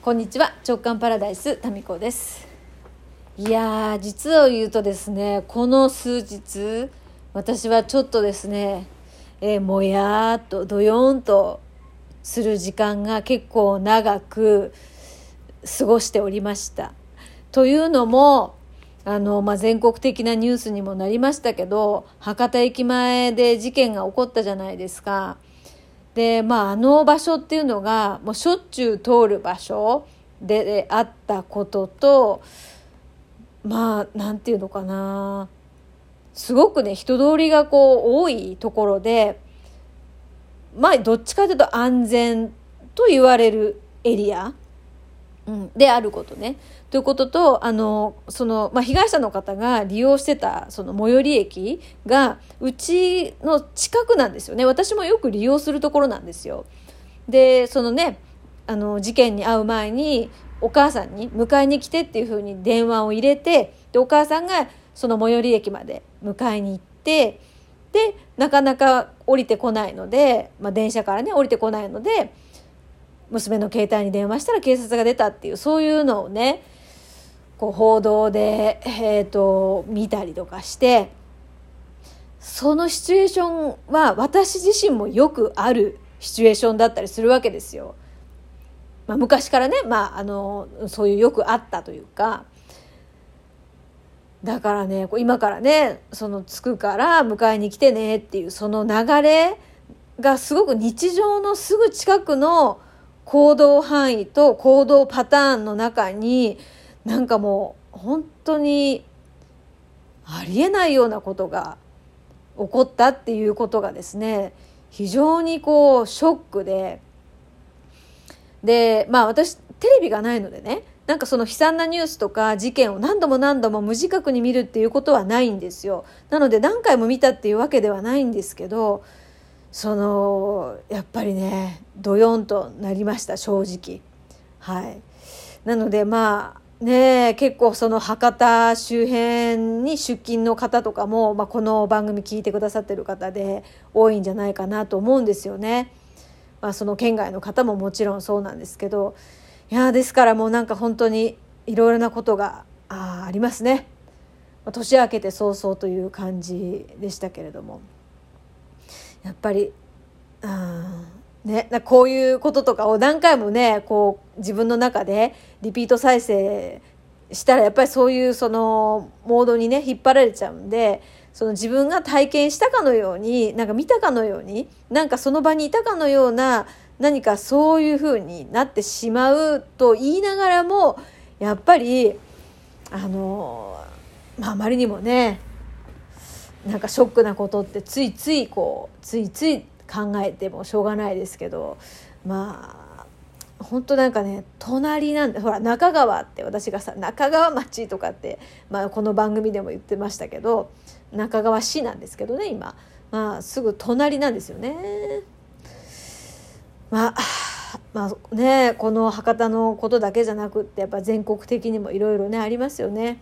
こんにちは、直感パラダイスタミコです。いやー、実を言うとですね、この数日私はちょっとですね、もやーっとどよんとする時間が結構長く過ごしておりました。というのも全国的なニュースにもなりましたけど、博多駅前で事件が起こったじゃないですか。で、あの場所っていうのがもうしょっちゅう通る場所であったことと、なんていうのかな、すごくね、人通りが多いところで、どっちかというと安全と言われるエリア、であることね。ということと、被害者の方が利用してたその最寄り駅がうちの近くなんですよね。私もよく利用するところなんですよ。で、事件に遭う前にお母さんに迎えに来てっていう風に電話を入れて、でお母さんがその最寄り駅まで迎えに行って、でなかなか降りてこないので、電車からね降りてこないので、娘の携帯に電話したら警察が出たっていう、そういうのをね報道で、見たりとかして、そのシチュエーションは私自身もよくあるシチュエーションだったりするわけですよ。昔からね、そういうよくあったというか、だからね、今からね着くから迎えに来てねっていうその流れがすごく日常のすぐ近くの行動範囲と行動パターンの中に、もう本当にありえないようなことが起こったっていうことがですね、非常にショックで、私テレビがないのでね、その悲惨なニュースとか事件を何度も無自覚に見るっていうことはないんですよ。なので何回も見たっていうわけではないんですけど、やっぱりねドヨンとなりました、正直。はい。なので結構その博多周辺に出勤の方とかも、この番組聞いてくださってる方で多いんじゃないかなと思うんですよね。その県外の方ももちろんそうなんですけど、ですからもう本当にいろいろなことがありますね。年明けて早々という感じでしたけれども、やっぱりこういうこととかを何回もね自分の中でリピート再生したら、やっぱりそういうそのモードにね引っ張られちゃうんで、自分が体験したかのように、見たかのように、その場にいたかのような、何かそういう風になってしまうと言いながらも、やっぱりあまりにもねショックなことってついつい考えてもしょうがないですけど、本当隣なんで、ほら中川って、私が中川町とかって、この番組でも言ってましたけど、中川市なんですけどね今、すぐ隣なんですよね。この博多のことだけじゃなくって、やっぱ全国的にもいろいろねありますよね。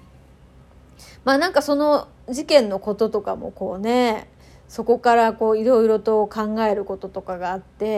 その事件のこととかもそこからいろいろと考えることとかがあって、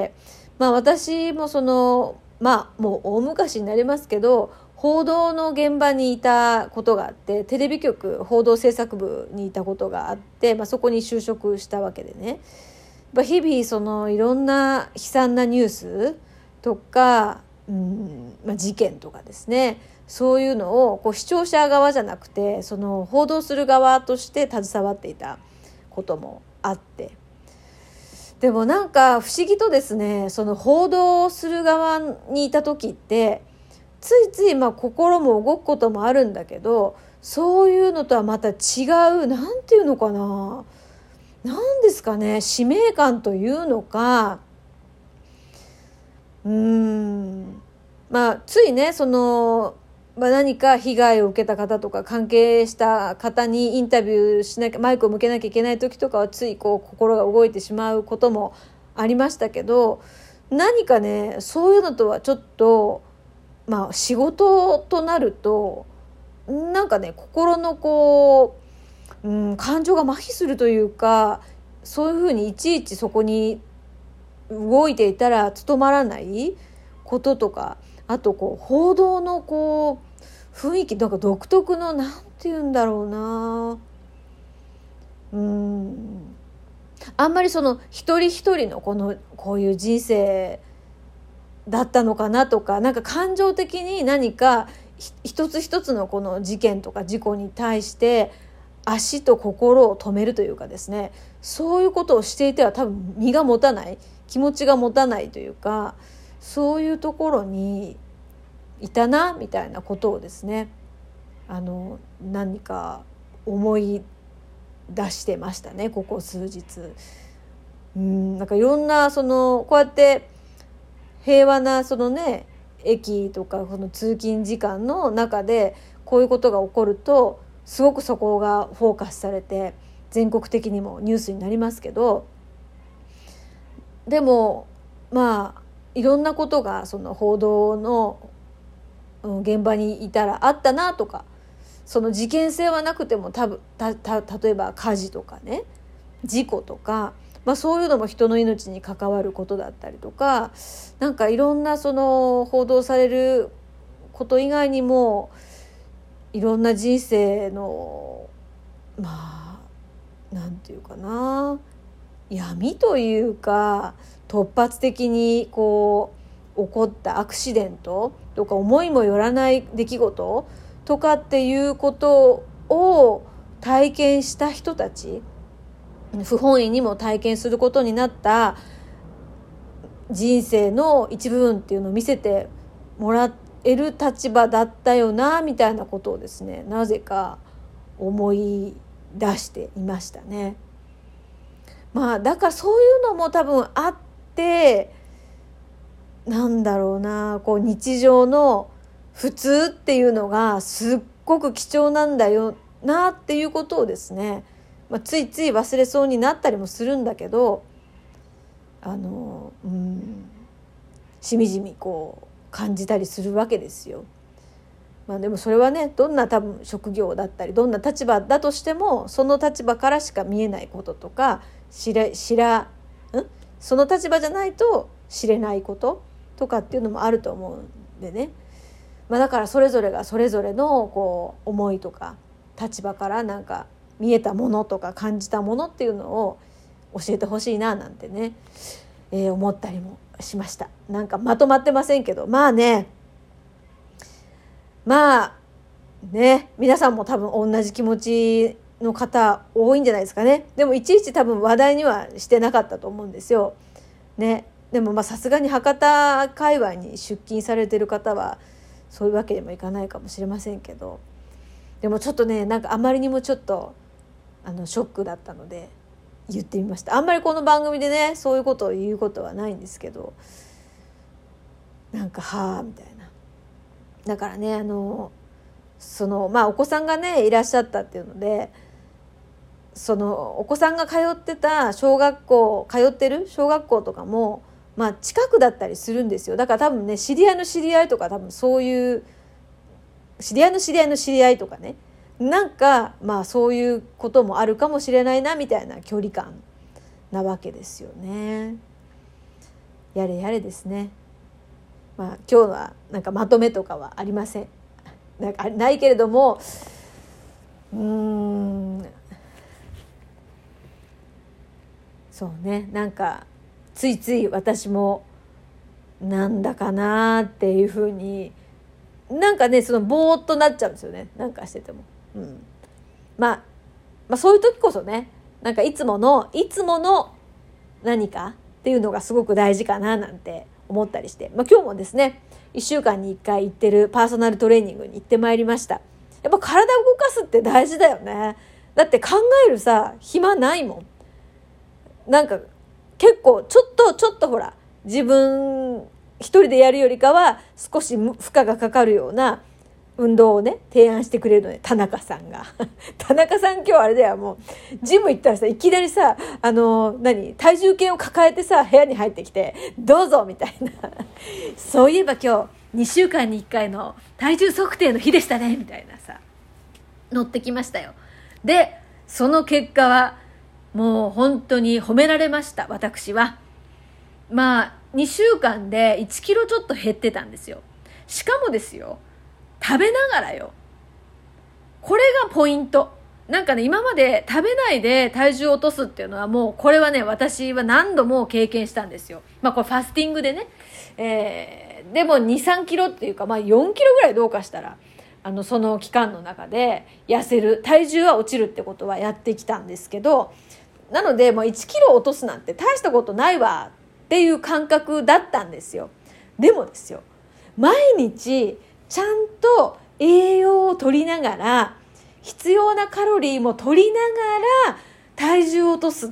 私ももう大昔になりますけど、報道の現場にいたことがあって、テレビ局報道制作部にいたことがあって、そこに就職したわけでね、日々いろんな悲惨なニュースとか、事件とかですね、そういうのを視聴者側じゃなくて報道する側として携わっていたこともあって、でも不思議とですね、報道する側にいた時ってついつい心も動くこともあるんだけど、そういうのとはまた違う、なんていうのかな、なんですかね、使命感というのか、ついね何か被害を受けた方とか関係した方にインタビューしなきゃ、マイクを向けなきゃいけない時とかはつい心が動いてしまうこともありましたけど、何かねそういうのとはちょっと仕事となると心の感情が麻痺するというか、そういうふうにいちいちそこに動いていたら務まらないこととかあとこう報道のこう雰囲気なんか独特のなんて言うんだろうな、あんまりその一人一人のこういう人生だったのかなとか、なんか感情的に何か一つ一つのこの事件とか事故に対して足と心を止めるというかですね、そういうことをしていては多分身が持たない、気持ちが持たないというか、そういうところにいたなみたいなことをですね、何か思い出してましたね、ここ数日。なんかいろんなこうやって平和な駅とかこの通勤時間の中でこういうことが起こるとすごくそこがフォーカスされて全国的にもニュースになりますけど、でもいろんなことがその報道の現場にいたらあったなとか、その事件性はなくても例えば火事とかね、事故とか、そういうのも人の命に関わることだったりとか、なんかいろんな報道されること以外にもいろんな人生のなんていうかな、闇というか突発的にこう起こったアクシデントとか思いもよらない出来事とかっていうことを体験した人たち、不本意にも体験することになった人生の一部分っていうのを見せてもらえる立場だったよなみたいなことをですね、なぜか思い出していましたね。だからそういうのも多分あって、なんだろうな、こう日常の普通っていうのがすっごく貴重なんだよなっていうことをですね、ついつい忘れそうになったりもするんだけど、しみじみこう感じたりするわけですよ。でもそれはね、どんな多分職業だったりどんな立場だとしても、その立場からしか見えないこととかその立場じゃないと知れないこととかっていうのもあると思うんでね、だからそれぞれがそれぞれのこう思いとか立場からなんか見えたものとか感じたものっていうのを教えてほしいななんてね、思ったりもしました。なんかまとまってませんけど、皆さんも多分同じ気持ちの方多いんじゃないですかね。でもいちいち多分話題にはしてなかったと思うんですよ。ね、でもさすがに博多界隈に出勤されてる方はそういうわけにもいかないかもしれませんけど、でもちょっとね、なんかあまりにもちょっとショックだったので言ってみました。あんまりこの番組でねそういうことを言うことはないんですけど、なんかみたいな。だからねお子さんがねいらっしゃったっていうので、お子さんが通ってる小学校とかも近くだったりするんですよ。だから多分ね、知り合いの知り合いとか、多分そういう知り合いの知り合いの知り合いとかね、なんかそういうこともあるかもしれないなみたいな距離感なわけですよね。やれやれですね。今日はなんかまとめとかはありません。ないけれども、そうね、なんかついつい私もなんだかなっていうふうになんかね、ぼーっとなっちゃうんですよね、なんかしてても。そういう時こそね、なんかいつもの何かっていうのがすごく大事かななんて思ったりして、今日もですね1週間に1回行ってるパーソナルトレーニングに行ってまいりました。やっぱ体を動かすって大事だよね。だって考える暇ないもん。なんか結構ちょっとほら、自分一人でやるよりかは少し負荷がかかるような運動をね提案してくれるので、田中さんが田中さん今日あれだよ、もうジム行ったらいきなり体重計を抱えて部屋に入ってきてどうぞみたいなそういえば今日2週間に1回の体重測定の日でしたねみたいな乗ってきましたよ。でその結果はもう本当に褒められました。私は2週間で1キロちょっと減ってたんですよ。 しかもですよ、食べながらよ。これがポイント。なんかね、今まで食べないで体重を落とすっていうのはもう、これはね、私は何度も経験したんですよ。これファスティングでね。でも2、3キロっていうか、4キロぐらいどうかしたら、その期間の中で痩せる、体重は落ちるってことはやってきたんですけど、なので、1キロ落とすなんて大したことないわっていう感覚だったんですよ。でもですよ、毎日ちゃんと栄養を取りながら、必要なカロリーも取りながら体重を落とすって、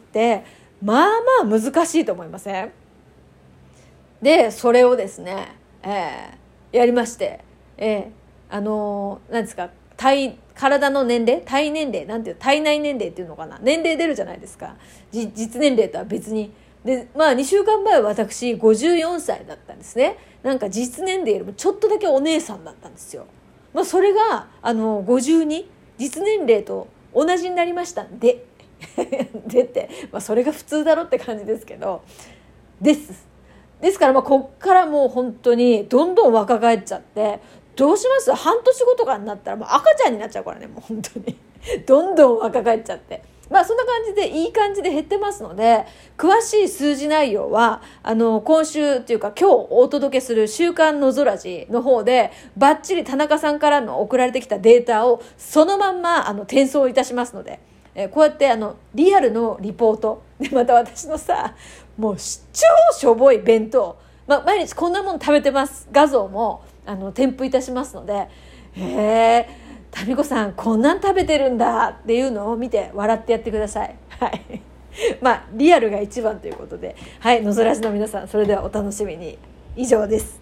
まあまあ難しいと思いません？で、それをですね、やりまして、何ですか、体の年齢、体年齢、なんていう、体内年齢っていうのかな、年齢出るじゃないですか。実年齢とは別に。で、2週間前は私54歳だったんですね。なんか実年齢よりもちょっとだけお姉さんだったんですよ。それが52、実年齢と同じになりましたんででって、それが普通だろって感じですけど、ですからこっからもう本当にどんどん若返っちゃって、どうします？半年後とかになったらもう赤ちゃんになっちゃうからね、もう本当にどんどん若返っちゃって、そんな感じでいい感じで減ってますので、詳しい数字内容は今週っていうか今日お届けする週刊のぞらじの方でバッチリ田中さんからの送られてきたデータをそのまんま転送いたしますので、こうやってリアルのリポートで、また私のさ、もう超しょぼい弁当、毎日こんなもの食べてます画像も添付いたしますので、タミコさんこんなん食べてるんだっていうのを見て笑ってやってください。はいリアルが一番ということで、はい、のぞらじの皆さん、それではお楽しみに。以上です。